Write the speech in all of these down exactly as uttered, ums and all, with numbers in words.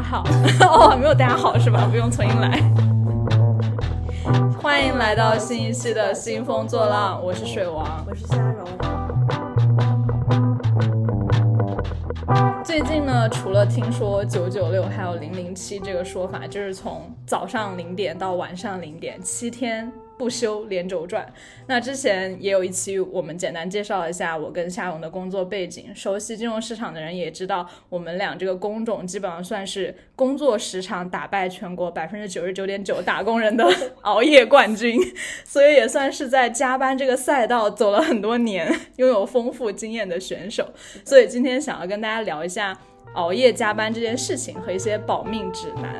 好哦，没有大家好是吧？不用重新来。欢迎来到新一期的兴风作浪，我是水王， 我是虾蓉。 最近呢，除了听说九九六还有零零七这个说法，就是从早上零点到晚上零点，七天不休连轴转。那之前也有一期我们简单介绍了一下我跟夏蓉的工作背景，熟悉金融市场的人也知道我们俩这个工种基本上算是工作时长打败全国 百分之九十九点九 打工人的熬夜冠军，所以也算是在加班这个赛道走了很多年，拥有丰富经验的选手。所以今天想要跟大家聊一下熬夜加班这件事情和一些保命指南。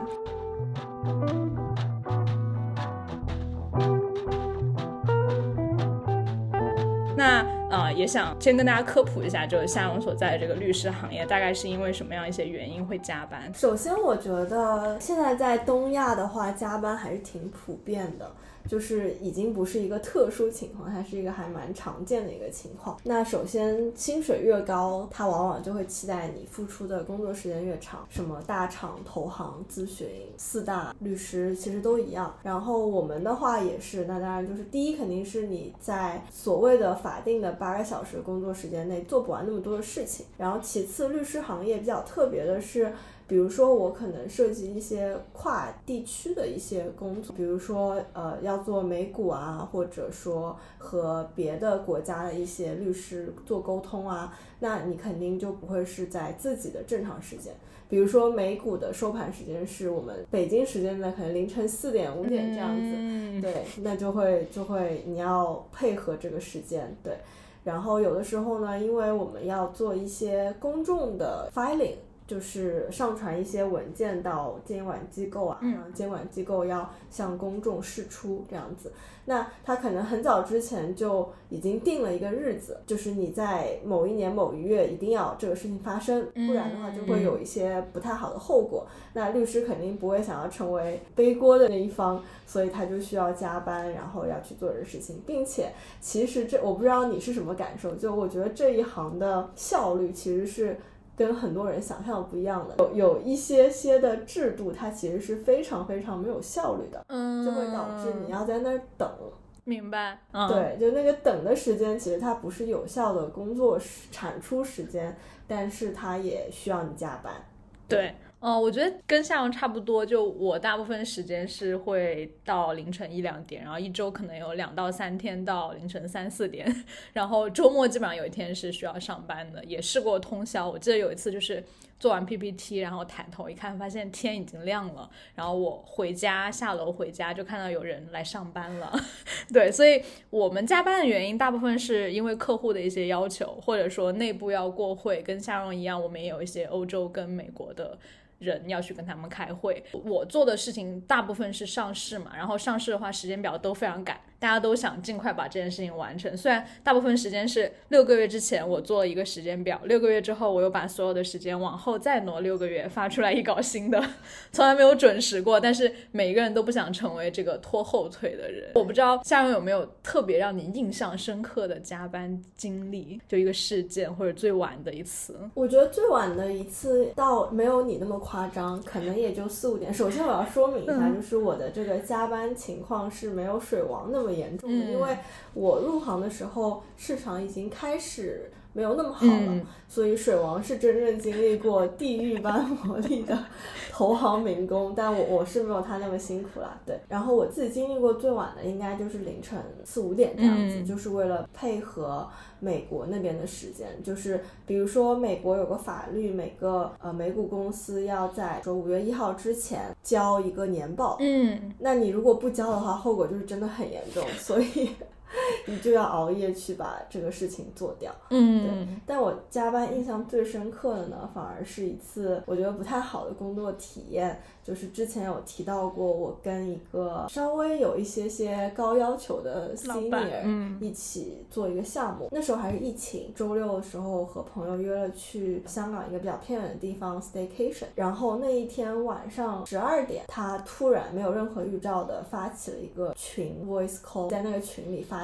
那呃，也想先跟大家科普一下，就是夏蓉所在的这个律师行业大概是因为什么样一些原因会加班。 首先我觉得现在在东亚的话加班还是挺普遍的，就是已经不是一个特殊情况，它是一个还蛮常见的一个情况。那首先薪水越高，它往往就会期待你付出的工作时间越长，什么大厂、投行、咨询、四大律师其实都一样。然后我们的话也是，那当然就是第一肯定是你在所谓的法定的八个小时工作时间内做不完那么多的事情。然后其次律师行业比较特别的是，比如说我可能涉及一些跨地区的一些工作，比如说呃要做美股啊，或者说和别的国家的一些律师做沟通啊，那你肯定就不会是在自己的正常时间。比如说美股的收盘时间是我们北京时间的可能凌晨四点五点这样子、嗯、对，那就会就会你要配合这个时间。对，然后有的时候呢，因为我们要做一些公众的 filing，就是上传一些文件到监管机构啊，然后监管机构要向公众释出这样子。那他可能很早之前就已经定了一个日子，就是你在某一年某一月一定要这个事情发生，不然的话就会有一些不太好的后果。那律师肯定不会想要成为背锅的那一方，所以他就需要加班，然后要去做这个事情。并且其实这我不知道你是什么感受，就我觉得这一行的效率其实是跟很多人想象不一样的，有有一些些的制度它其实是非常非常没有效率的，嗯，就会导致你要在那儿等。 明白、嗯、 对，就那个等的时间其实它不是有效的工作产出时间，但是它也需要你加班。 对，呃，我觉得跟夏蓉差不多，就我大部分时间是会到凌晨一两点，然后一周可能有两到三天到凌晨三四点，然后周末基本上有一天是需要上班的，也试过通宵。我记得有一次就是做完 P P T 然后抬头一看发现天已经亮了，然后我回家下楼回家就看到有人来上班了对，所以我们加班的原因大部分是因为客户的一些要求，或者说内部要过会，跟夏蓉一样我们也有一些欧洲跟美国的人要去跟他们开会。我做的事情大部分是上市嘛，然后上市的话时间表都非常赶，大家都想尽快把这件事情完成。虽然大部分时间是六个月之前我做了一个时间表，六个月之后我又把所有的时间往后再挪六个月发出来一稿新的，从来没有准时过，但是每个人都不想成为这个拖后腿的人。我不知道夏蓉有没有特别让你印象深刻的加班经历，就一个事件或者最晚的一次。 我觉得最晚的一次倒没有你那么夸张，可能也就四五点。首先我要说明一下、嗯、就是我的这个加班情况是没有水王那么严重的、嗯、因为我入行的时候市场已经开始没有那么好了、嗯、所以水王是真正经历过地狱般磨砺的投行民工，但我我是没有他那么辛苦啦。对，然后我自己经历过最晚的应该就是凌晨四五点这样子、嗯、就是为了配合美国那边的时间，就是比如说美国有个法律，每个呃美股公司要在说五月一号之前交一个年报，嗯，那你如果不交的话，后果就是真的很严重，所以你就要熬夜去把这个事情做掉。嗯，对。但我加班印象最深刻的呢，反而是一次我觉得不太好的工作体验，就是之前有提到过，我跟一个稍微有一些些高要求的 senior 一起做一个项目、嗯、那时候还是疫情，周六的时候和朋友约了去香港一个比较偏远的地方 staycation， 然后那一天晚上十二点他突然没有任何预兆的发起了一个群 voice call， 在那个群里发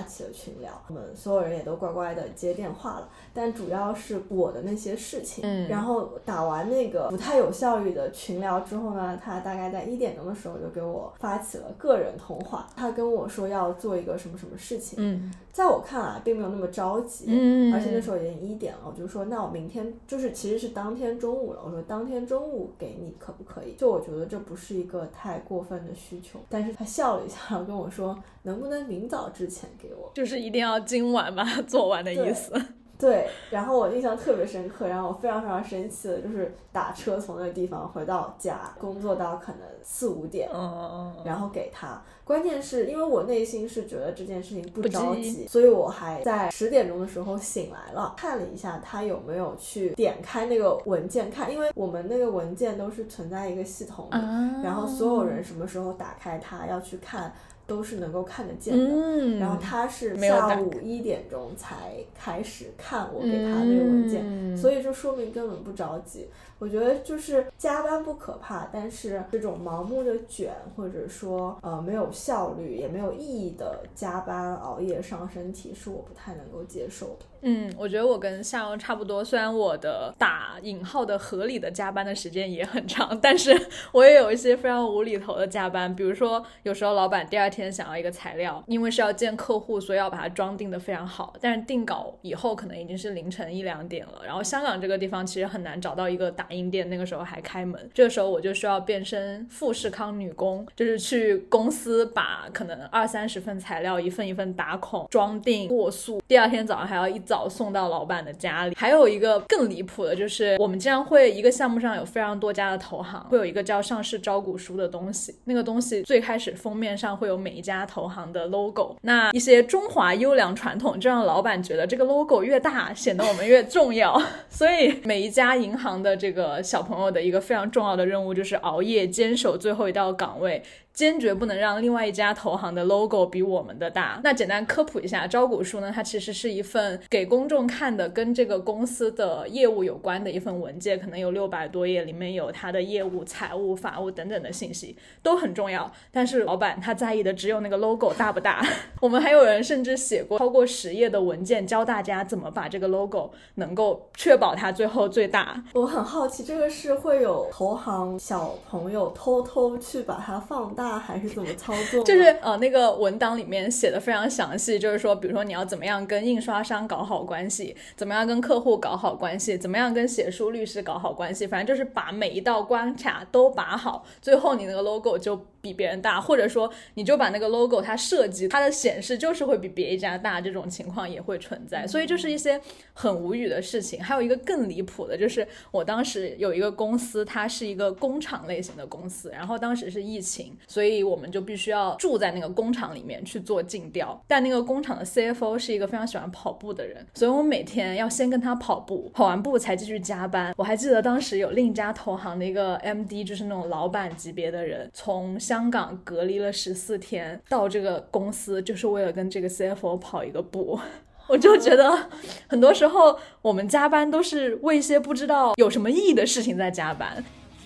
发起了群聊，我们所有人也都乖乖的接电话了，但主要是我的那些事情。 嗯， 然后打完那个不太有效率的群聊之后呢，他大概在一点钟的时候就给我发起了个人通话，他跟我说要做一个什么什么事情。 嗯， 在我看来并没有那么着急， 嗯， 而且那时候已经一点了，我就说那我明天就是其实是当天中午了，我说当天中午给你可不可以？就我觉得这不是一个太过分的需求，但是他笑了一下，然后跟我说能不能明早之前给我， 就是一定要今晚把它做完的意思。 对，然后我印象特别深刻，然后我非常非常生气的就是打车从那个地方回到家，工作到可能四五点， 嗯， 然后给他。关键是因为我内心是觉得这件事情不着急，所以我还在十点钟的时候醒来了，看了一下他有没有去点开那个文件看，因为我们那个文件都是存在一个系统里，啊，然后所有人什么时候打开它要去看都是能够看得见的，嗯，然后他是下午一点钟才开始看我给他那个文件，嗯，所以就说明根本不着急。我觉得就是加班不可怕，但是这种盲目的卷或者说呃没有效率也没有意义的加班熬夜伤身体是我不太能够接受的。 嗯，我觉得我跟夏蓉差不多，虽然我的打引号的合理的加班的时间也很长，但是我也有一些非常无厘头的加班。比如说有时候老板第二天想要一个材料，因为是要见客户，所以要把它装订的非常好，但是定稿以后可能已经是凌晨一两点了，然后香港这个地方其实很难找到一个打印店，那个时候还开门，这个时候我就需要变身富士康女工，就是去公司把可能二三十份材料一份一份打孔装订过塑，第二天早上还要一早送到老板的家里。还有一个更离谱的就是我们经常会一个项目上有非常多家的投行，会有一个叫上市招股书的东西，那个东西最开始封面上会有每一家投行的 logo， 那一些中华优良传统就让老板觉得这个 logo 越大显得我们越重要，所以每一家银行的这个小朋友的一个非常重要的任务就是熬夜坚守最后一道岗位，坚决不能让另外一家投行的 logo 比我们的大。那简单科普一下，招股书呢，它其实是一份给公众看的跟这个公司的业务有关的一份文件，可能有六百多页，里面有它的业务、财务、法务等等的信息，都很重要。但是老板他在意的只有那个 logo 大不大。我们还有人甚至写过超过十页的文件，教大家怎么把这个 logo 能够确保它最后最大。 我很好奇，这个是会有投行小朋友偷偷去把它放大，还是怎么操作？ 就是呃，那个文档里面写的非常详细，就是说比如说你要怎么样跟印刷商搞好关系，怎么样跟客户搞好关系，怎么样跟写书律师搞好关系，反正就是把每一道关卡都把好，最后你那个 logo 就比别人大，或者说你就把那个 logo 它设计它的显示就是会比别一家大，这种情况也会存在。所以就是一些很无语的事情。还有一个更离谱的，就是我当时有一个公司，它是一个工厂类型的公司，然后当时是疫情，所以我们就必须要住在那个工厂里面去做尽调，但那个工厂的 C F O 是一个非常喜欢跑步的人，所以我每天要先跟他跑步，跑完步才继续加班。我还记得当时有另一家投行的一个 M D， 就是那种老板级别的人，从香港隔离了十四天到这个公司，就是为了跟这个 C F O 跑一个步。我就觉得很多时候我们加班都是为一些不知道有什么意义的事情在加班。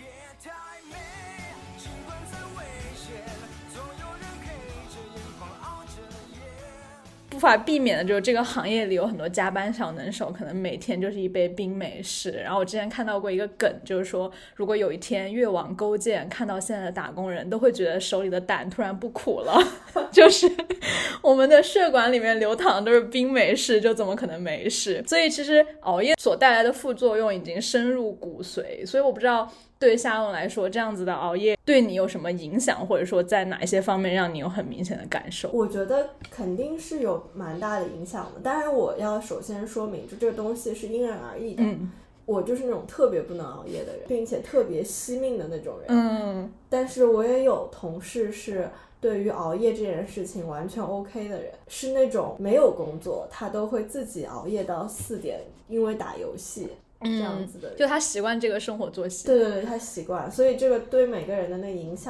无法避免的就是这个行业里有很多加班小能手，可能每天就是一杯冰美式。然后我之前看到过一个梗，就是说如果有一天越网勾践看到现在的打工人，都会觉得手里的胆突然不苦了，就是我们的血管里面流淌都是冰美式，就怎么可能没事？所以其实熬夜所带来的副作用已经深入骨髓，所以我不知道对夏蓉来说这样子的熬夜对你有什么影响，或者说在哪一些方面让你有很明显的感受？ 我觉得肯定是有蛮大的影响的，当然我要首先说明就这个东西是因人而异的。嗯，我就是那种特别不能熬夜的人，并且特别惜命的那种人。嗯，但是我也有同事是对于熬夜这件事情完全 OK 的人，是那种没有工作他都会自己熬夜到四点，因为打游戏这样子的人、 嗯、就他习惯这个生活作息。 对对对，他习惯，所以这个对每个人的那个影响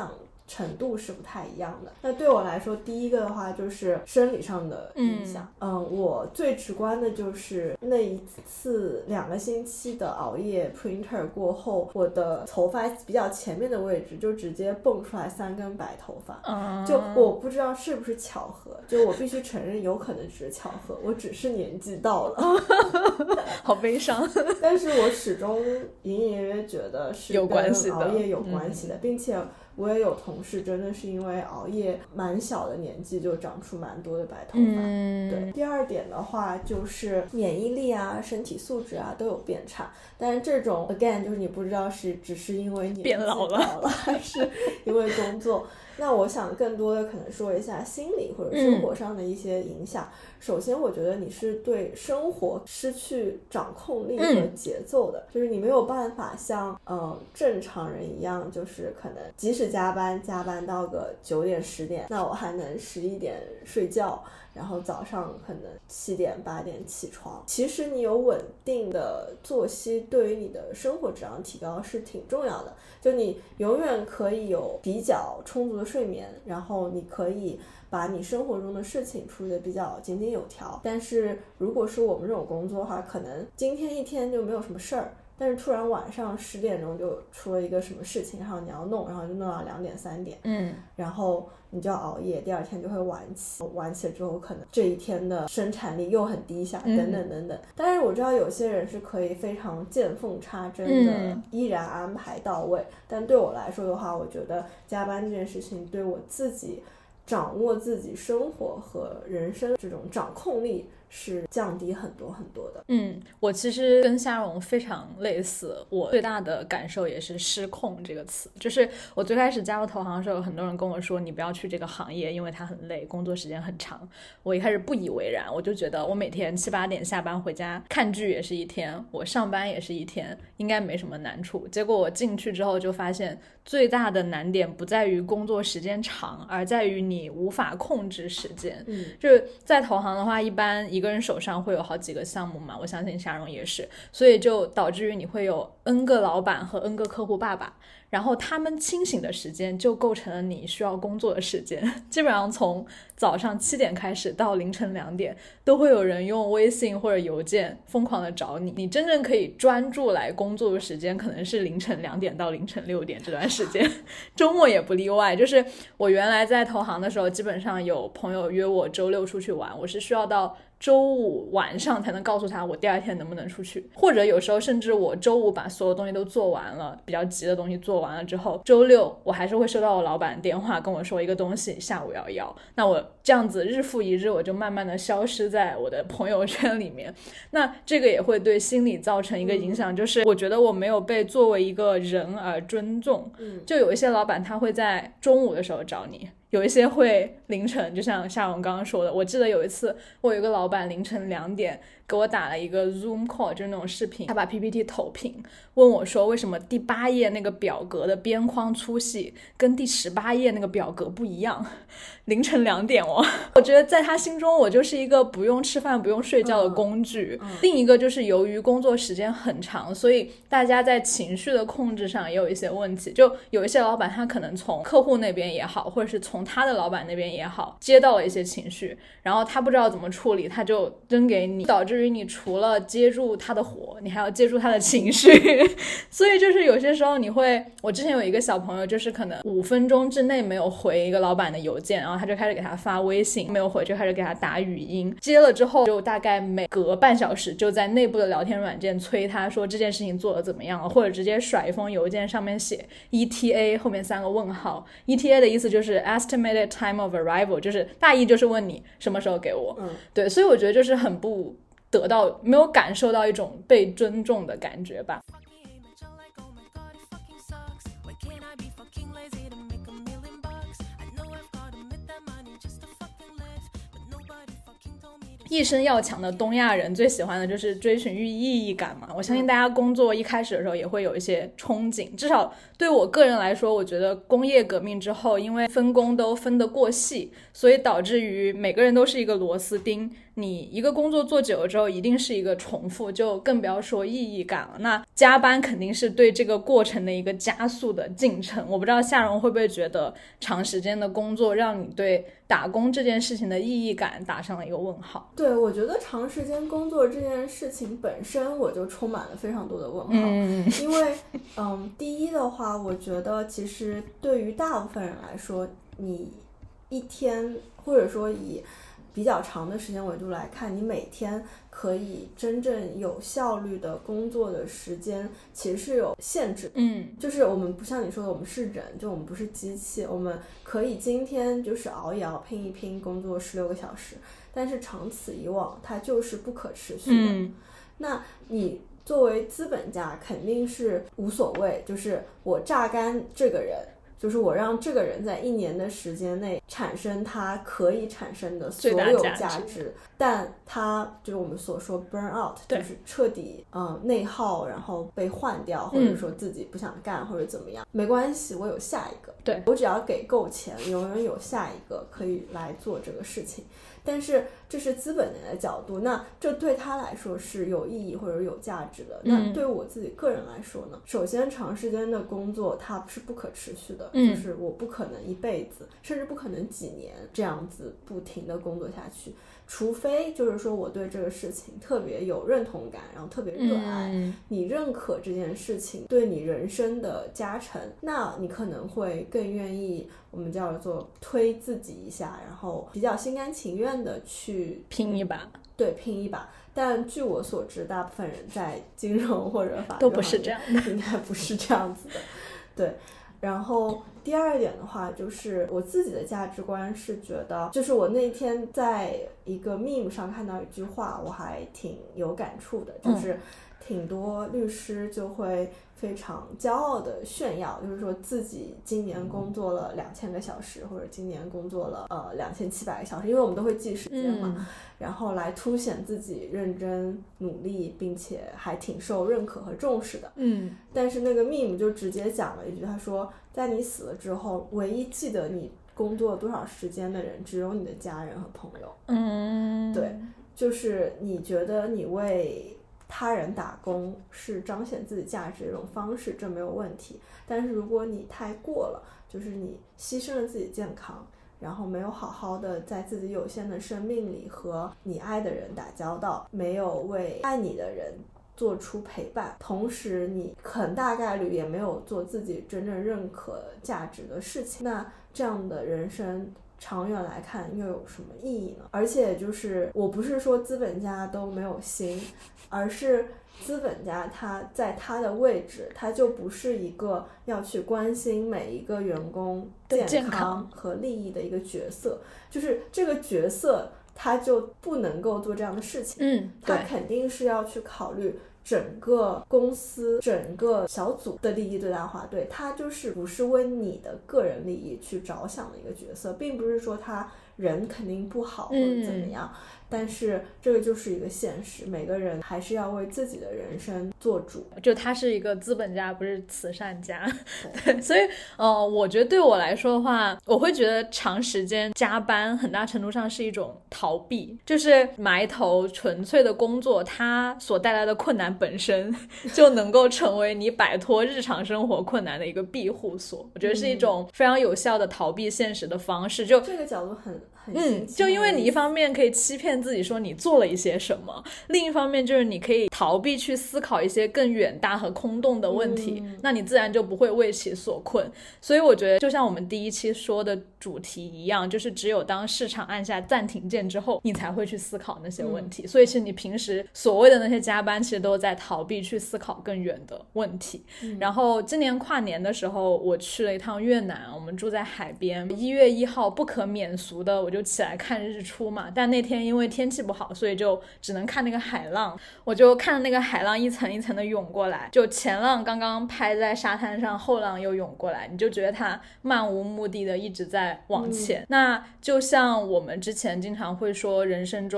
程度是不太一样的。那对我来说，第一个的话就是生理上的影响。嗯, 嗯我最直观的就是那一次两个星期的熬夜 printer 过后，我的头发比较前面的位置就直接蹦出来三根白头发。嗯、就我不知道是不是巧合，就我必须承认有可能只是巧合，我只是年纪到了。 好悲伤。 但是我始终隐隐约约觉得是跟熬夜有关系的，嗯、并且我也有同事真的是因为熬夜蛮小的年纪就长出蛮多的白头发。嗯、对。第二点的话就是免疫力啊身体素质啊都有变差，但是这种 again 就是你不知道是只是因为年纪变老了还是因为工作。那我想更多的可能说一下心理或者生活上的一些影响。嗯、首先我觉得你是对生活失去掌控力和节奏的。嗯、就是你没有办法像呃正常人一样，就是可能即使加班加班到个九点十点，那我还能十一点睡觉，然后早上可能七点八点起床。其实你有稳定的作息对于你的生活质量提高是挺重要的，就你永远可以有比较充足的睡眠，然后你可以把你生活中的事情处理得比较井井有条。但是如果是我们这种工作的话，可能今天一天就没有什么事儿，但是突然晚上十点钟就出了一个什么事情，然后你要弄，然后就弄到两点三点，嗯，然后你就要熬夜，第二天就会晚起，晚起了之后可能这一天的生产力又很低下，等等等等。当然我知道有些人是可以非常见缝插针的依然安排到位，嗯、但对我来说的话，我觉得加班这件事情对我自己掌握自己生活和人生这种掌控力是降低很多很多的。 嗯，我其实跟夏蓉非常类似，我最大的感受也是失控这个词。就是我最开始加入投行的时候，很多人跟我说你不要去这个行业，因为它很累，工作时间很长。我一开始不以为然，我就觉得我每天七八点下班回家看剧也是一天，我上班也是一天，应该没什么难处。结果我进去之后就发现最大的难点不在于工作时间长，而在于你无法控制时间。嗯，就是在投行的话，一般一个人手上会有好几个项目嘛，我相信夏蓉也是，所以就导致于你会有 N 个老板和 N 个客户爸爸，然后他们清醒的时间就构成了你需要工作的时间。基本上从早上七点开始到凌晨两点都会有人用微信或者邮件疯狂的找你，你真正可以专注来工作的时间可能是凌晨两点到凌晨六点这段时间。周末也不例外，就是我原来在投行的时候，基本上有朋友约我周六出去玩，我是需要到周五晚上才能告诉他我第二天能不能出去，或者有时候甚至我周五把所有东西都做完了，比较急的东西做完了之后，周六我还是会收到我老板电话跟我说一个东西下午要要，那我这样子日复一日，我就慢慢的消失在我的朋友圈里面。那这个也会对心理造成一个影响，就是我觉得我没有被作为一个人而尊重。就有一些老板他会在中午的时候找你，有一些会凌晨，就像夏蓉刚刚说的，我记得有一次我有一个老板凌晨两点给我打了一个 Zoom call， 就是那种视频，他把 P P T 投屏，问我说为什么第八页那个表格的边框粗细跟第十八页那个表格不一样。凌晨两点哦，我觉得在他心中我就是一个不用吃饭不用睡觉的工具。嗯嗯、另一个就是由于工作时间很长，所以大家在情绪的控制上也有一些问题，就有一些老板他可能从客户那边也好，或者是从他的老板那边也好，接到了一些情绪，然后他不知道怎么处理，他就扔给你，导致于你除了接住他的火，你还要接住他的情绪。所以就是有些时候你会，我之前有一个小朋友，就是可能五分钟之内没有回一个老板的邮件，然后他就开始给他发微信，没有回就开始给他打语音，接了之后就大概每隔半小时就在内部的聊天软件催他说这件事情做得怎么样了，或者直接甩一封邮件，上面写 E T A 后面三个问号。 E T A 的意思就是 estimated time of arrival， 就是大意就是问你什么时候给我。嗯，对，所以我觉得就是很不得到，没有感受到一种被尊重的感觉吧。一生要强的东亚人最喜欢的就是追寻意义感嘛，我相信大家工作一开始的时候也会有一些憧憬，至少对我个人来说，我觉得工业革命之后，因为分工都分得过细，所以导致于每个人都是一个螺丝钉， 你一个工作做久了之后一定是一个重复，就更不要说意义感了。那加班肯定是对这个过程的一个加速的进程。我不知道夏蓉会不会觉得长时间的工作让你对打工这件事情的意义感打上了一个问号？ 对，我觉得长时间工作这件事情本身我就充满了非常多的问号。嗯，因为嗯，第一的话，我觉得其实对于大部分人来说，你一天或者说以比较长的时间维度来看，你每天可以真正有效率的工作的时间其实是有限制的。 嗯， 就是我们不像你说的我们是人，就我们不是机器，我们可以今天就是熬一熬拼一拼工作十六个小时，但是长此以往它就是不可持续的。嗯，那你作为资本家肯定是无所谓，就是我榨干这个人，就是我让这个人在一年的时间内产生他可以产生的所有价值，但他就是我们所说 burn out， 就是彻底嗯内耗，然后被换掉，或者说自己不想干、嗯、或者怎么样，没关系，我有下一个， 对， 我只要给够钱，永远有下一个可以来做这个事情。但是这是资本人的角度，那这对他来说是有意义或者有价值的。那对我自己个人来说呢，首先长时间的工作它是不可持续的，嗯，就是我不可能一辈子甚至不可能几年这样子不停的工作下去，除非就是说我对这个事情特别有认同感，然后特别热爱、嗯、你认可这件事情对你人生的加成，那你可能会更愿意我们叫做推自己一下，然后比较心甘情愿的去拼一把， 对，拼一把。但据我所知，大部分人在金融或者法律都不是这样的， 应该不是这样子的。对，然后第二点的话，就是我自己的价值观是觉得，就是我那天在一个 meme 上看到一句话，我还挺有感触的，就是挺多律师就会非常骄傲的炫耀，就是说自己今年工作了两千个小时，或者今年工作了呃两千七百个小时，因为我们都会记时间嘛、嗯，然后来凸显自己认真努力，并且还挺受认可和重视的。 嗯， 但是那个 meme 就直接讲了一句，他说，在你死了之后，唯一记得你工作了多少时间的人，只有你的家人和朋友。 嗯， 对，就是你觉得你为他人打工是彰显自己价值的一种方式，这没有问题。但是如果你太过了，就是你牺牲了自己健康，然后没有好好的在自己有限的生命里和你爱的人打交道，没有为爱你的人做出陪伴，同时你很大概率也没有做自己真正认可价值的事情，那这样的人生长远来看又有什么意义呢？而且就是我不是说资本家都没有心，而是资本家他在他的位置，他就不是一个要去关心每一个员工健康和利益的一个角色，就是这个角色他就不能够做这样的事情。 嗯， 他肯定是要去考虑整个公司整个小组的利益最大化，对，他就是不是为你的个人利益去着想的一个角色，并不是说他人肯定不好或者怎么样、嗯、但是这个就是一个现实，每个人还是要为自己的人生做主， 就他是一个资本家不是慈善家。对，所以呃，我觉得对我来说的话，我会觉得长时间加班很大程度上是一种逃避，就是埋头纯粹的工作，它所带来的困难本身就能够成为你摆脱日常生活困难的一个庇护所，我觉得是一种非常有效的逃避现实的方式。就这个角度很嗯，就因为你一方面可以欺骗自己说你做了一些什么，另一方面就是你可以逃避去思考一些更远大和空洞的问题、嗯、那你自然就不会为其所困。所以我觉得就像我们第一期说的主题一样，就是只有当市场按下暂停键之后，你才会去思考那些问题、嗯、所以其实你平时所谓的那些加班其实都在逃避去思考更远的问题、嗯、然后今年跨年的时候我去了一趟越南，我们住在海边，一月一号不可免俗的我就起来看日出嘛，但那天因为天气不好，所以就只能看那个海浪，我就看那个海浪一层一层的涌过来，就前浪刚刚拍在沙滩上，后浪又涌过来，你就觉得它漫无目的的一直在往前、嗯、那就像我们之前经常会说人生中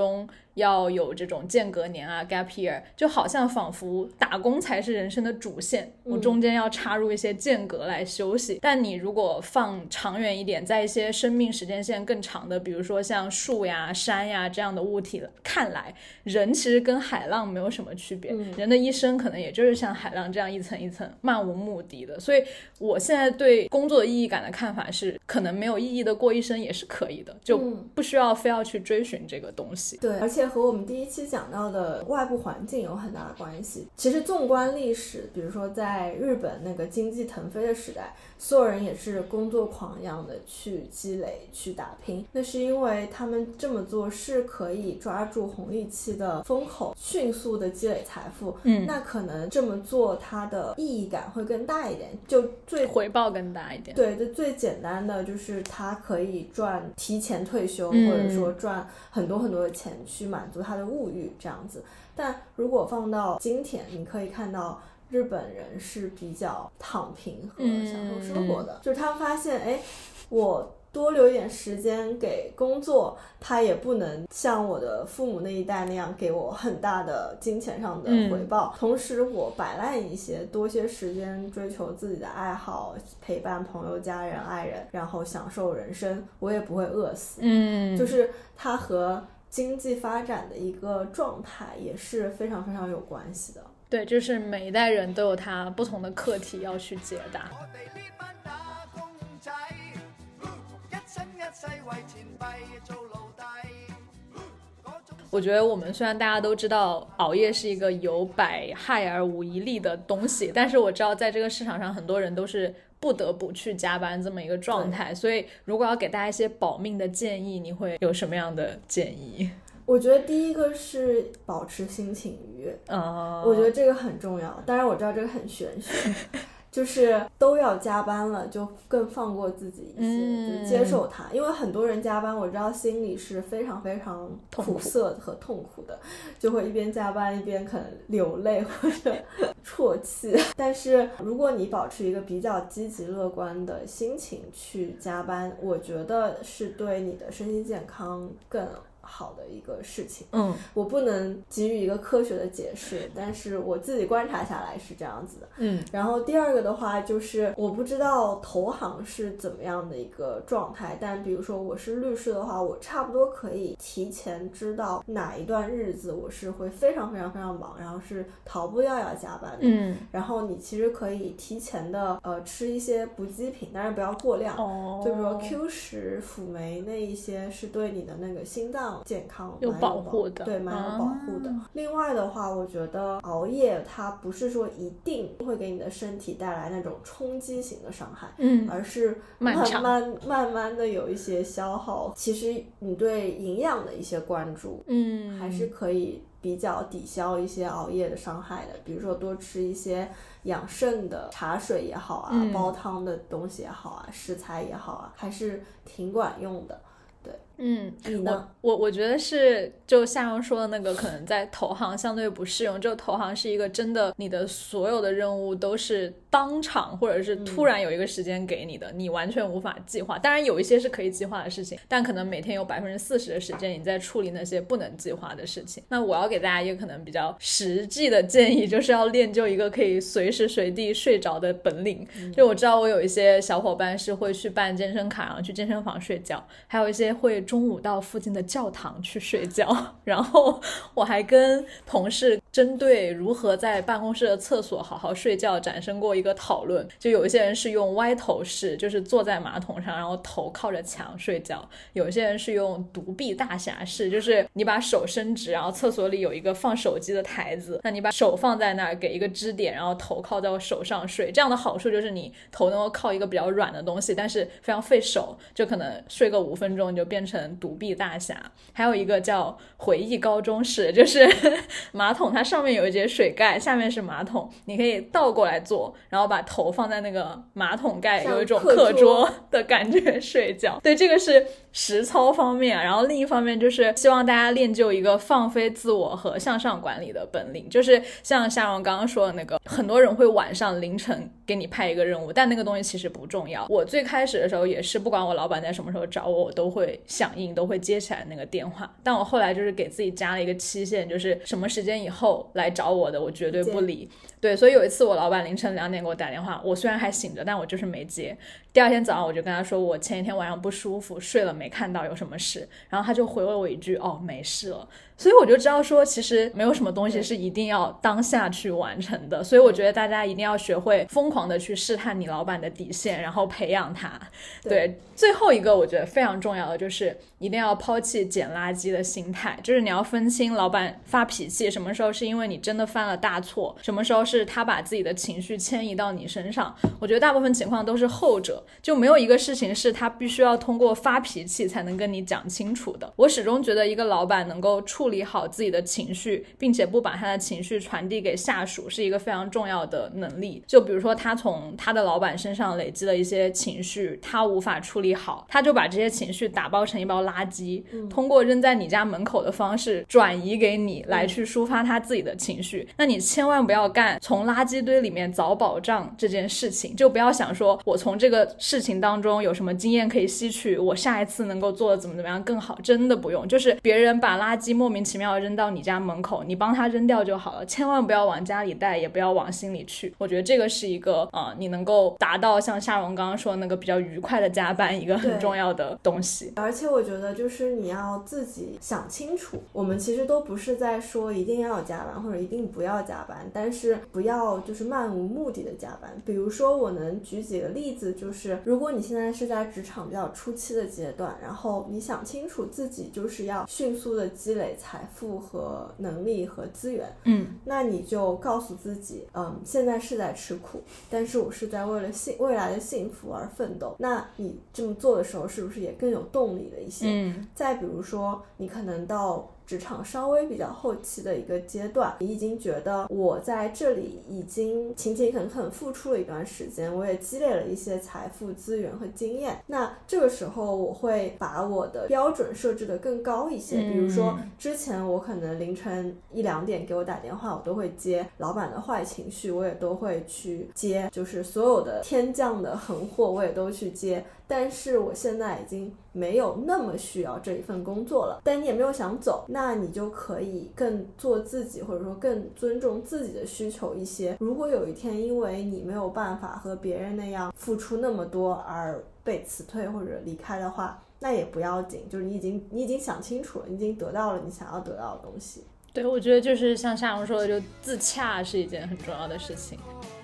要有这种间隔年啊 gap year， 就好像仿佛打工才是人生的主线，我中间要插入一些间隔来休息、嗯、但你如果放长远一点，在一些生命时间线更长的，比如说像树呀山呀这样的物体看来，人其实跟海浪没有什么区别、嗯、人的一生可能也就是像海浪这样一层一层漫无目的的。所以我现在对工作意义感的看法是，可能没有意义的过一生也是可以的，就不需要非要去追寻这个东西、 嗯、对，而且和我们第一期讲到的外部环境有很大的关系。其实纵观历史，比如说在日本那个经济腾飞的时代，所有人也是工作狂一样的去积累去打拼，那是因为他们这么做是可以抓住红利期的风口，迅速的积累财富。嗯，那可能这么做它的意义感会更大一点，就最回报更大一点。 对，就最简单的就是它可以赚提前退休、嗯、或者说赚很多很多的钱去满足他的物欲这样子。但如果放到今天，你可以看到日本人是比较躺平和享受生活的、嗯、就是他们发现哎，我多留一点时间给工作，他也不能像我的父母那一代那样给我很大的金钱上的回报、嗯、同时我摆烂一些，多些时间追求自己的爱好，陪伴朋友家人爱人，然后享受人生，我也不会饿死。嗯，就是他和经济发展的一个状态也是非常非常有关系的。 对，就是每一代人都有他不同的课题要去解答。我觉得我们虽然大家都知道熬夜是一个有百害而无一利的东西，但是我知道在这个市场上很多人都是不得不去加班这么一个状态，所以如果要给大家一些保命的建议，你会有什么样的建议？ 我觉得第一个是保持心情愉悦、uh... 我觉得这个很重要，当然我知道这个很玄学就是都要加班了就更放过自己一些、嗯、就接受它。因为很多人加班我知道心里是非常非常苦涩和痛苦的，就会一边加班一边可能流泪或者啜泣但是如果你保持一个比较积极乐观的心情去加班，我觉得是对你的身心健康更好的一个事情。嗯，我不能给予一个科学的解释，但是我自己观察下来是这样子的。嗯，然后第二个的话就是我不知道投行是怎么样的一个状态，但比如说我是律师的话，我差不多可以提前知道哪一段日子我是会非常非常非常忙，然后是逃不掉要加班的。嗯，然后你其实可以提前的呃吃一些补给品，当然不要过量。哦，就比如说 Q 十、辅酶那一些是对你的那个心脏健康有保护的， 对，蛮有保护的、啊、另外的话我觉得熬夜它不是说一定会给你的身体带来那种冲击型的伤害，嗯，而是慢慢慢慢的有一些消耗。其实你对营养的一些关注，嗯，还是可以比较抵消一些熬夜的伤害的。比如说多吃一些养肾的茶水也好啊、嗯、煲汤的东西也好啊，食材也好啊，还是挺管用的。对， 嗯，你呢？我我我觉得是，就夏蓉说的那个，可能在投行相对不适用。就投行是一个真的，你的所有的任务都是当场或者是突然有一个时间给你的、嗯、你完全无法计划。当然有一些是可以计划的事情，但可能每天有百分之四十的时间你在处理那些不能计划的事情。那我要给大家一个可能比较实际的建议，就是要练就一个可以随时随地睡着的本领、嗯、就我知道我有一些小伙伴是会去办健身卡，然后去健身房睡觉，还有一些会中午到附近的教堂去睡觉。然后我还跟同事针对如何在办公室的厕所好好睡觉产生过一个讨论。就有一些人是用歪头式，就是坐在马桶上然后头靠着墙睡觉，有一些人是用独臂大侠式，就是你把手伸直，然后厕所里有一个放手机的台子，那你把手放在那儿给一个支点，然后头靠在手上睡。这样的好处就是你头能够靠一个比较软的东西，但是非常费手，就可能睡个五分钟你就变成独臂大侠。还有一个叫回忆高中式，就是马桶它上面有一节水盖，下面是马桶，你可以倒过来坐，然后把头放在那个马桶盖，有一种课桌的感觉睡觉。对，这个是实操方面、啊、然后另一方面就是希望大家练就一个放飞自我和向上管理的本领。就是像夏蓉刚刚说的那个，很多人会晚上凌晨给你派一个任务，但那个东西其实不重要。我最开始的时候也是，不管我老板在什么时候找我，我都会想响应都会接起来那个电话。但我后来就是给自己加了一个期限，就是什么时间以后来找我的我绝对不理。对，所以有一次我老板凌晨两点给我打电话，我虽然还醒着，但我就是没接。第二天早上我就跟他说我前一天晚上不舒服，睡了没看到有什么事，然后他就回了我一句哦没事了。所以我就知道说其实没有什么东西是一定要当下去完成的，所以我觉得大家一定要学会疯狂的去试探你老板的底线，然后培养他。 对, 对，最后一个我觉得非常重要的就是一定要抛弃捡垃圾的心态，就是你要分清老板发脾气什么时候是因为你真的犯了大错，什么时候是他把自己的情绪迁移到你身上。我觉得大部分情况都是后者，就没有一个事情是他必须要通过发脾气才能跟你讲清楚的。我始终觉得一个老板能够处理好自己的情绪，并且不把他的情绪传递给下属，是一个非常重要的能力。就比如说他从他的老板身上累积了一些情绪，他无法处理好，他就把这些情绪打包成一包垃圾、嗯、通过扔在你家门口的方式转移给你，来去抒发他自己的情绪、嗯、那你千万不要干从垃圾堆里面找宝藏这件事情，就不要想说我从这个事情当中有什么经验可以吸取，我下一次能够做的怎么怎么样更好。真的不用，就是别人把垃圾莫名其妙扔到你家门口，你帮他扔掉就好了，千万不要往家里带，也不要往心里去。我觉得这个是一个呃，你能够达到像夏蓉刚刚说的那个比较愉快的加班一个很重要的东西。 而且我觉得就是你要自己想清楚，我们其实都不是在说一定要加班或者一定不要加班，但是不要就是漫无目的的加班。比如说我能举几个例子，就是如果你现在是在职场比较初期的阶段，然后你想清楚自己就是要迅速的积累财富和能力和资源， 嗯， 那你就告诉自己嗯，现在是在吃苦，但是我是在为了幸未来的幸福而奋斗。那你这么做的时候是不是也更有动力了一些？ 嗯， 再比如说你可能到职场稍微比较后期的一个阶段，你已经觉得我在这里已经勤勤恳恳付出了一段时间，我也积累了一些财富资源和经验，那这个时候我会把我的标准设置得更高一些、嗯、比如说之前我可能凌晨一两点给我打电话我都会接，老板的坏情绪我也都会去接，就是所有的天降的横祸我也都去接。但是我现在已经没有那么需要这一份工作了，但你也没有想走，那你就可以更做自己，或者说更尊重自己的需求一些。如果有一天因为你没有办法和别人那样付出那么多而被辞退或者离开的话，那也不要紧，就是你已经你已经想清楚了，你已经得到了你想要得到的东西。 对，我觉得就是像夏蓉说的，就自洽是一件很重要的事情。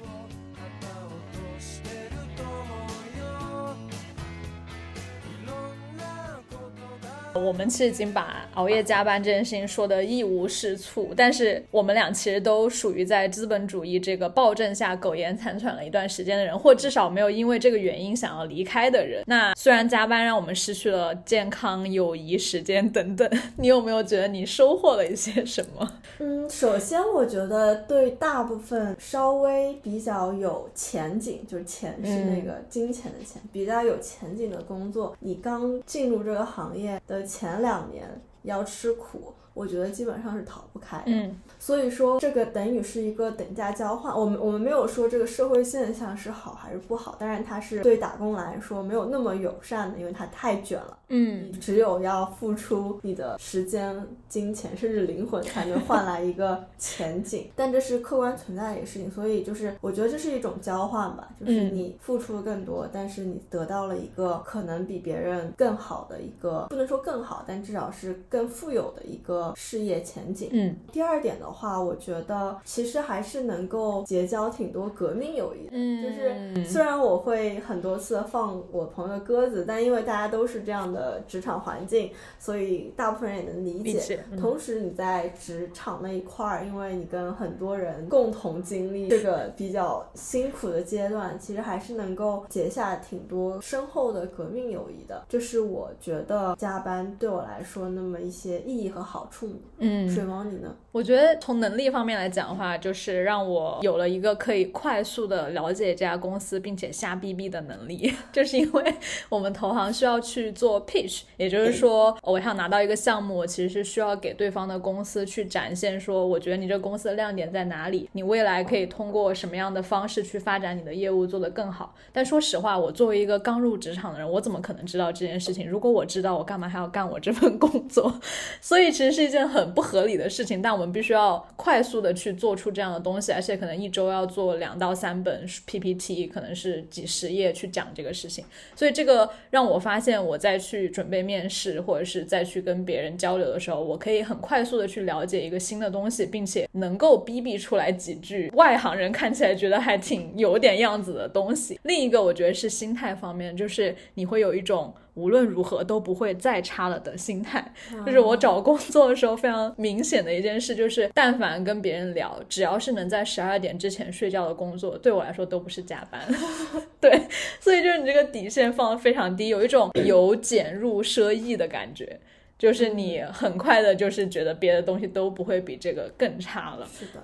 我们其实已经把熬夜加班这件事情说得一无是处，但是我们俩其实都属于在资本主义这个暴政下苟延残喘了一段时间的人，或至少没有因为这个原因想要离开的人。那虽然加班让我们失去了健康、友谊、时间等等，你有没有觉得你收获了一些什么？ 嗯，首先我觉得对大部分稍微比较有前景，就是钱是那个金钱的钱、嗯、比较有前景的工作，你刚进入这个行业的前两年要吃苦，我觉得基本上是逃不开的。 嗯， 所以说这个等于是一个等价交换。我们我们没有说这个社会现象是好还是不好，当然它是对打工来说没有那么友善的，因为它太卷了。 嗯， 你只有要付出你的时间、金钱甚至灵魂才能换来一个前景但这是客观存在的一个事情，所以就是我觉得这是一种交换吧，就是你付出了更多、嗯、但是你得到了一个可能比别人更好的一个，不能说更好，但至少是更富有的一个事业前景。 嗯， 第二点的话，我觉得其实还是能够结交挺多革命友谊的。 嗯， 就是虽然我会很多次放我朋友的鸽子，但因为大家都是这样的职场环境，所以大部分人也能理解。 理解嗯、 同时你在职场那一块，因为你跟很多人共同经历这个比较辛苦的阶段，其实还是能够结下挺多深厚的革命友谊的。这是我觉得加班对我来说那么一些意义和好处吗？ 嗯， 水王你呢？ 我觉得从能力方面来讲的话，就是让我有了一个可以快速的了解这家公司并且瞎逼逼的能力。就是因为我们投行需要去做 pitch， 也就是说我想拿到一个项目，我其实是需要给对方的公司去展现说，我觉得你这个公司的亮点在哪里，你未来可以通过什么样的方式去发展你的业务做得更好。但说实话，我作为一个刚入职场的人，我怎么可能知道这件事情？如果我知道，我干嘛还要干我这份工作？所以其实是一件很不合理的事情，但我们必须要快速的去做出这样的东西，而且可能一周要做两到三本 P P T， 可能是几十页去讲这个事情。所以这个让我发现，我再去准备面试或者是再去跟别人交流的时候，我可以很快速的去了解一个新的东西，并且能够逼逼出来几句外行人看起来觉得还挺有点样子的东西。另一个我觉得是心态方面，就是你会有一种无论如何都不会再差了的心态。就是我找工作的时候非常明显的一件事，就是但凡跟别人聊，只要是能在十二点之前睡觉的工作，对我来说都不是加班。对，所以就是你这个底线放得非常低，有一种由俭入奢易的感觉，就是你很快的就是觉得别的东西都不会比这个更差了。 是的。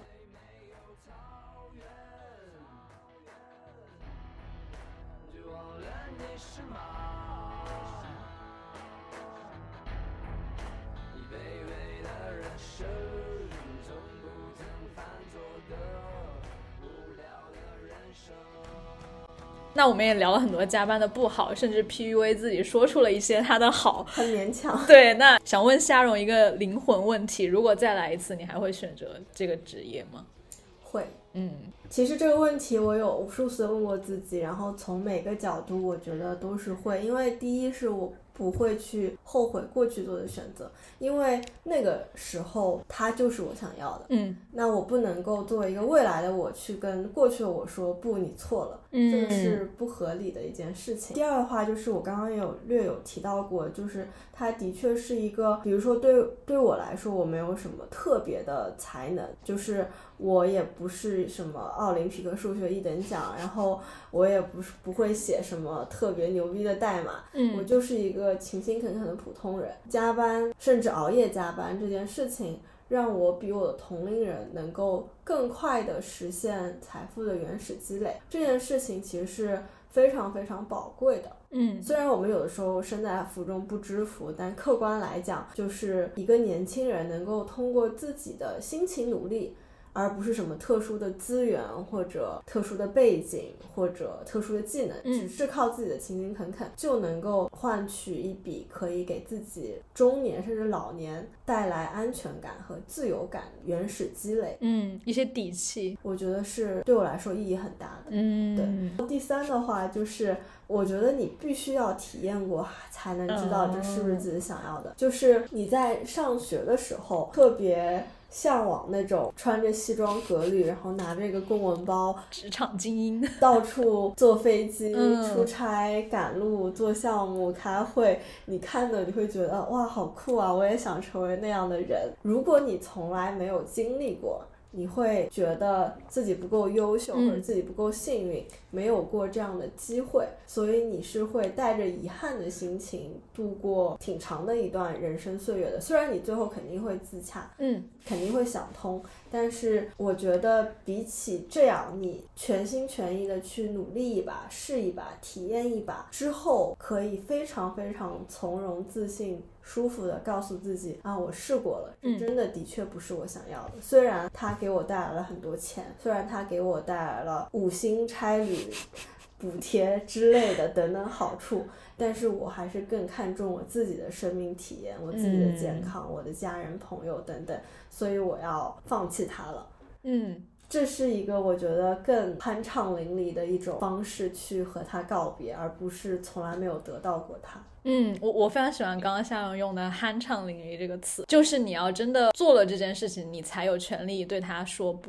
那我们也聊了很多加班的不好，甚至 P U A 自己说出了一些他的好， 很勉强。 对，那想问夏蓉一个灵魂问题，如果再来一次，你还会选择这个职业吗？ 会。 嗯， 其实这个问题我有无数次问过自己，然后从每个角度我觉得都是会。因为第一是我不会去后悔过去做的选择，因为那个时候它就是我想要的。 嗯， 那我不能够作为一个未来的我去跟过去的我说不，你错了。 嗯， 这个是不合理的一件事情。第二的话就是我刚刚有略有提到过，就是它的确是一个，比如说对对我来说我没有什么特别的才能，就是我也不是什么奥林匹克数学一等奖，然后我也不是不会写什么特别牛逼的代码。 嗯， 我就是一个勤勤恳恳的普通人。加班甚至熬夜加班这件事情让我比我的同龄人能够更快的实现财富的原始积累，这件事情其实是非常非常宝贵的。 嗯， 虽然我们有的时候身在福中不知福，但客观来讲，就是一个年轻人能够通过自己的辛勤努力，而不是什么特殊的资源或者特殊的背景或者特殊的技能， 嗯， 只是靠自己的勤勤恳恳就能够换取一笔可以给自己中年甚至老年带来安全感和自由感原始积累。 嗯，一些底气， 我觉得是对我来说意义很大的。 嗯， 对。第三的话就是我觉得你必须要体验过才能知道这是不是自己想要的。嗯、就是你在上学的时候特别向往那种穿着西装革履，然后拿着一个公文包， 职场精英， 到处坐飞机、 嗯、 出差、赶路、做项目、开会，你看的你会觉得哇好酷啊，我也想成为那样的人。如果你从来没有经历过，你会觉得自己不够优秀，或者自己不够幸运、嗯、没有过这样的机会，所以你是会带着遗憾的心情度过挺长的一段人生岁月的。虽然你最后肯定会自洽， 嗯， 肯定会想通，但是我觉得比起这样，你全心全意的去努力一把、试一把、体验一把之后，可以非常非常从容自信舒服的告诉自己啊，我试过了，这真的的确不是我想要的、嗯、虽然它给我带来了很多钱，虽然它给我带来了五星差旅补贴之类的等等好处，但是我还是更看重我自己的生命体验，我自己的健康、嗯、我的家人朋友等等，所以我要放弃它了。 嗯， 这是一个我觉得更酣畅淋漓的一种方式去和他告别，而不是从来没有得到过他。 嗯，我我非常喜欢刚刚夏蓉用的酣畅淋漓这个词，就是你要真的做了这件事情，你才有权利对他说不，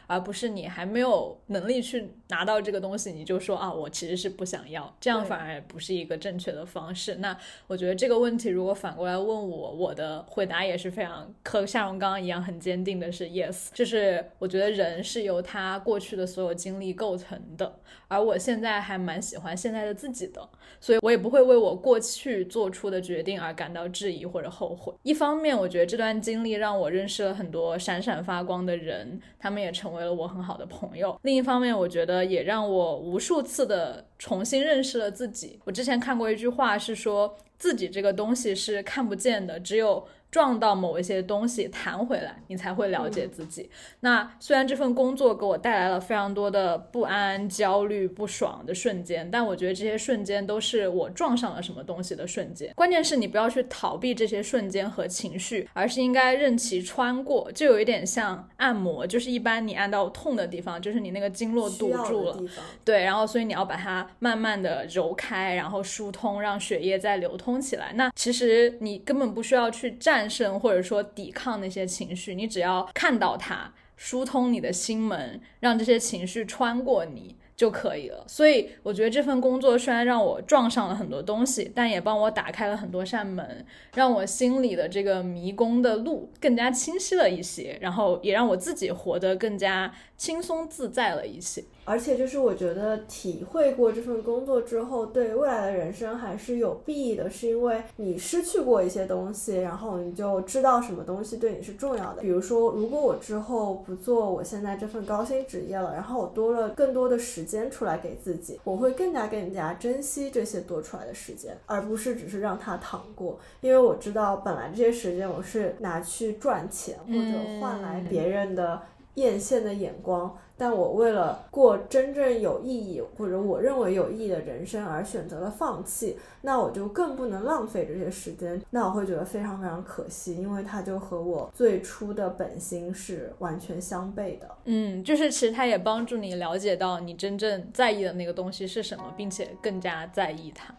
而不是你还没有能力去拿到这个东西你就说啊我其实是不想要，这样反而不是一个正确的方式。那我觉得这个问题如果反过来问我，我的回答也是非常和夏蓉刚刚一样很坚定的是 yes， 就是我觉得人是由他过去的所有经历构成的，而我现在还蛮喜欢现在的自己的，所以我也不会为我过去做出的决定而感到质疑或者后悔。一方面我觉得这段经历让我认识了很多闪闪发光的人，他们也成为了我很好的朋友。另一方面我觉得也让我无数次的重新认识了自己。我之前看过一句话是说，自己这个东西是看不见的，只有撞到某一些东西弹回来你才会了解自己、嗯、那虽然这份工作给我带来了非常多的不安、焦虑、不爽的瞬间，但我觉得这些瞬间都是我撞上了什么东西的瞬间。关键是你不要去逃避这些瞬间和情绪，而是应该任其穿过。就有一点像按摩，就是一般你按到痛的地方，就是你那个经络堵住了，对，然后所以你要把它慢慢的揉开，然后疏通，让血液再流通起来。那其实你根本不需要去战胜或者说抵抗那些情绪，你只要看到它，疏通你的心门，让这些情绪穿过你就可以了。所以我觉得这份工作虽然让我撞上了很多东西，但也帮我打开了很多扇门，让我心里的这个迷宫的路更加清晰了一些，然后也让我自己活得更加轻松自在了一些。 而且就是我觉得体会过这份工作之后，对未来的人生还是有裨益的，是因为你失去过一些东西，然后你就知道什么东西对你是重要的。比如说如果我之后不做我现在这份高薪职业了，然后我多了更多的时间出来给自己，我会更加更加珍惜这些多出来的时间，而不是只是让它淌过。因为我知道本来这些时间我是拿去赚钱或者换来别人的艳羡的眼光，但我为了过真正有意义或者我认为有意义的人生而选择了放弃，那我就更不能浪费这些时间，那我会觉得非常非常可惜，因为它就和我最初的本心是完全相悖的。 嗯，就是其实它也帮助你了解到你真正在意的那个东西是什么，并且更加在意它。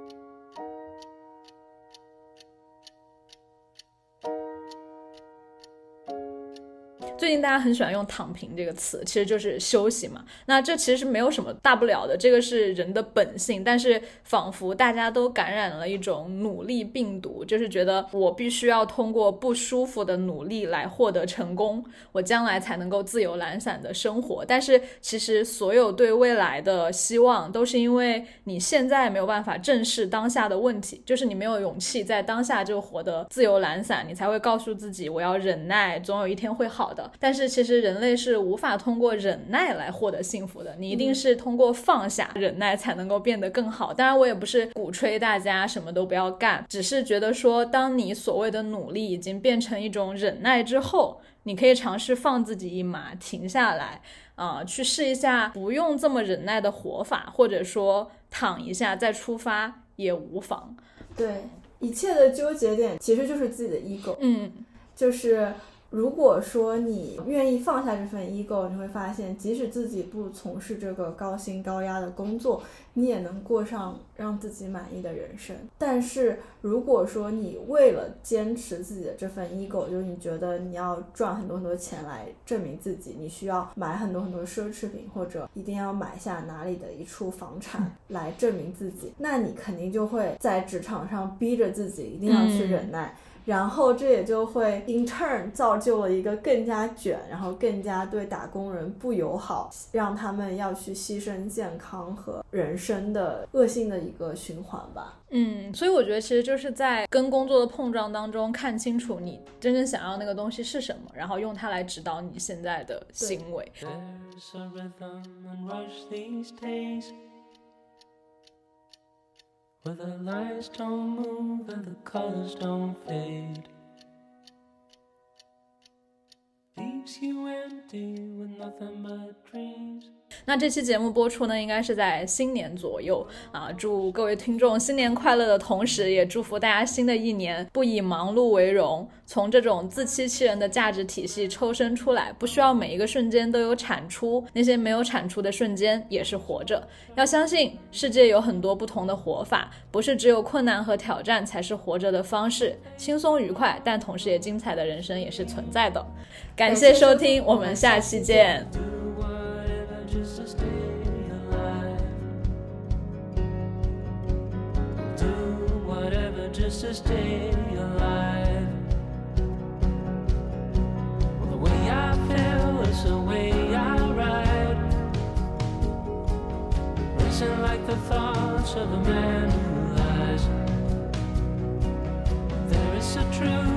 最近大家很喜欢用躺平这个词，其实就是休息嘛。那这其实是没有什么大不了的，这个是人的本性，但是仿佛大家都感染了一种努力病毒，就是觉得我必须要通过不舒服的努力来获得成功，我将来才能够自由懒散的生活。但是其实所有对未来的希望都是因为你现在没有办法正视当下的问题，就是你没有勇气在当下就活得自由懒散，你才会告诉自己我要忍耐，总有一天会好的。但是其实人类是无法通过忍耐来获得幸福的，你一定是通过放下忍耐才能够变得更好。当然我也不是鼓吹大家什么都不要干，只是觉得说当你所谓的努力已经变成一种忍耐之后，你可以尝试放自己一马，停下来呃，去试一下不用这么忍耐的活法，或者说躺一下再出发也无妨。 对，一切的纠结点其实就是自己的 ego。 嗯， 就是如果说你愿意放下这份 ego， 你会发现即使自己不从事这个高薪高压的工作，你也能过上让自己满意的人生。但是如果说你为了坚持自己的这份 ego， 就是你觉得你要赚很多很多钱来证明自己，你需要买很多很多奢侈品，或者一定要买下哪里的一处房产来证明自己，那你肯定就会在职场上逼着自己一定要去忍耐、嗯，然后这也就会 in turn 造就了一个更加卷，然后更加对打工人不友好，让他们要去牺牲健康和人生的恶性的一个循环吧。 嗯，所以我觉得其实就是在跟工作的碰撞当中看清楚你真正想要那个东西是什么，然后用它来指导你现在的行为。Where the lights don't move and the colors don't fade, leaves you empty with nothing but dreams. 那这期节目播出呢，应该是在新年左右啊。祝各位听众新年快乐的同时，也祝福大家新的一年不以忙碌为荣，从这种自欺欺人的价值体系抽身出来，不需要每一个瞬间都有产出，那些没有产出的瞬间也是活着。要相信世界有很多不同的活法，不是只有困难和挑战才是活着的方式，轻松愉快但同时也精彩的人生也是存在的。感谢收听，我们下期见。 Just to stay alive. Well, the way I feel is the way I ride, racing like the thoughts of a man who lies. There is a truth